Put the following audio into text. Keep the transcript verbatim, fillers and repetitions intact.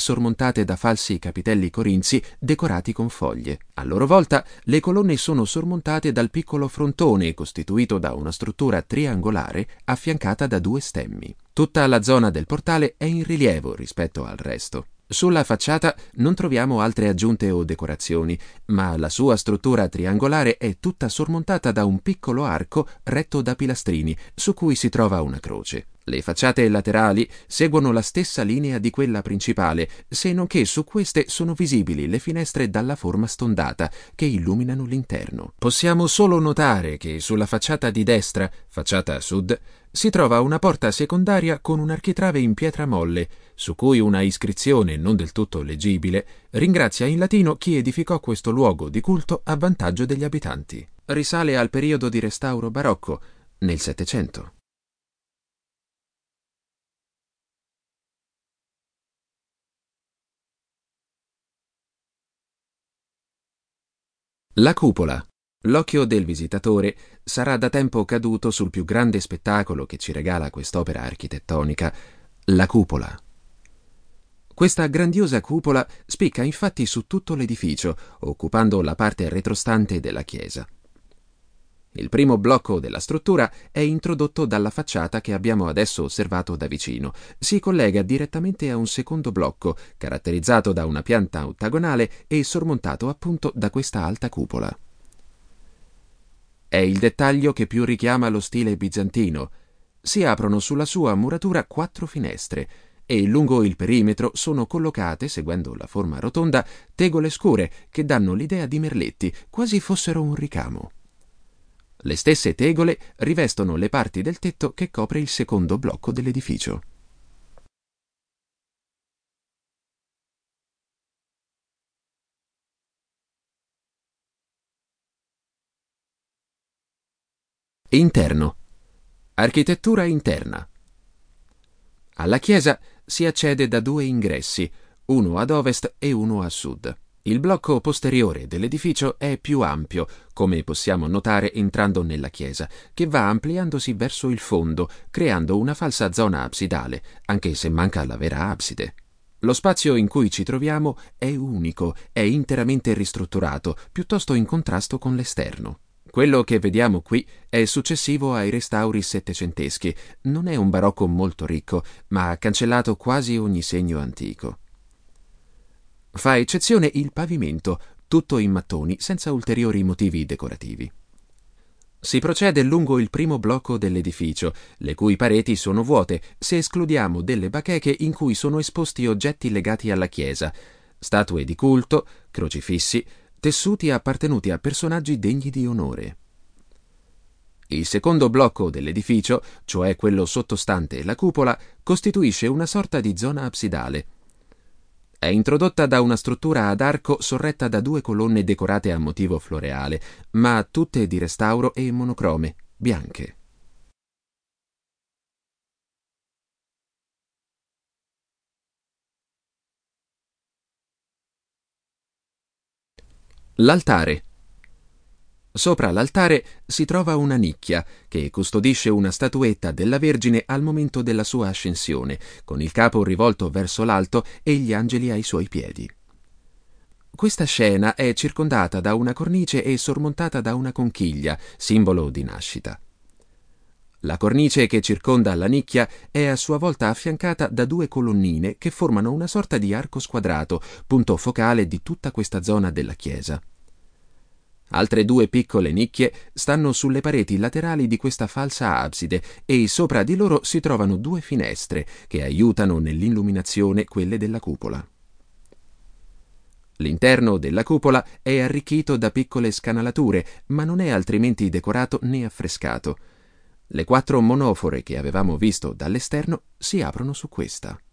sormontate da falsi capitelli corinzi decorati con foglie. A loro volta, le colonne sono sormontate dal piccolo frontone costituito da una struttura triangolare affiancata da due stemmi. Tutta la zona del portale è in rilievo rispetto al resto. Sulla facciata non troviamo altre aggiunte o decorazioni, ma la sua struttura triangolare è tutta sormontata da un piccolo arco retto da pilastrini, su cui si trova una croce. Le facciate laterali seguono la stessa linea di quella principale, se non che su queste sono visibili le finestre dalla forma stondata, che illuminano l'interno. Possiamo solo notare che sulla facciata di destra, facciata a sud, si trova una porta secondaria con un architrave in pietra molle, su cui una iscrizione non del tutto leggibile ringrazia in latino chi edificò questo luogo di culto a vantaggio degli abitanti. Risale al periodo di restauro barocco, nel Settecento. La cupola. L'occhio del visitatore sarà da tempo caduto sul più grande spettacolo che ci regala quest'opera architettonica, la cupola. Questa grandiosa cupola spicca infatti su tutto l'edificio, occupando la parte retrostante della chiesa. Il primo blocco della struttura è introdotto dalla facciata che abbiamo adesso osservato da vicino. Si collega direttamente a un secondo blocco, caratterizzato da una pianta ottagonale e sormontato appunto da questa alta cupola. È il dettaglio che più richiama lo stile bizantino. Si aprono sulla sua muratura quattro finestre e lungo il perimetro sono collocate, seguendo la forma rotonda, tegole scure che danno l'idea di merletti, quasi fossero un ricamo. Le stesse tegole rivestono le parti del tetto che copre il secondo blocco dell'edificio. Interno. Architettura interna. Alla chiesa si accede da due ingressi, uno ad ovest e uno a sud. Il blocco posteriore dell'edificio è più ampio, come possiamo notare entrando nella chiesa, che va ampliandosi verso il fondo, creando una falsa zona absidale, anche se manca la vera abside. Lo spazio in cui ci troviamo è unico, è interamente ristrutturato, piuttosto in contrasto con l'esterno. Quello che vediamo qui è successivo ai restauri settecenteschi. Non è un barocco molto ricco, ma ha cancellato quasi ogni segno antico. Fa eccezione il pavimento, tutto in mattoni, senza ulteriori motivi decorativi. Si procede lungo il primo blocco dell'edificio, le cui pareti sono vuote, se escludiamo delle bacheche in cui sono esposti oggetti legati alla chiesa, statue di culto, crocifissi, tessuti appartenuti a personaggi degni di onore. Il secondo blocco dell'edificio, cioè quello sottostante la cupola, costituisce una sorta di zona absidale. È introdotta da una struttura ad arco sorretta da due colonne decorate a motivo floreale, ma tutte di restauro e monocrome, bianche. L'altare. Sopra l'altare si trova una nicchia che custodisce una statuetta della Vergine al momento della sua ascensione, con il capo rivolto verso l'alto e gli angeli ai suoi piedi. Questa scena è circondata da una cornice e sormontata da una conchiglia, simbolo di nascita. La cornice che circonda la nicchia è a sua volta affiancata da due colonnine che formano una sorta di arco squadrato, punto focale di tutta questa zona della chiesa. Altre due piccole nicchie stanno sulle pareti laterali di questa falsa abside e sopra di loro si trovano due finestre che aiutano nell'illuminazione quelle della cupola. L'interno della cupola è arricchito da piccole scanalature, ma non è altrimenti decorato né affrescato. Le quattro monofore che avevamo visto dall'esterno si aprono su questa.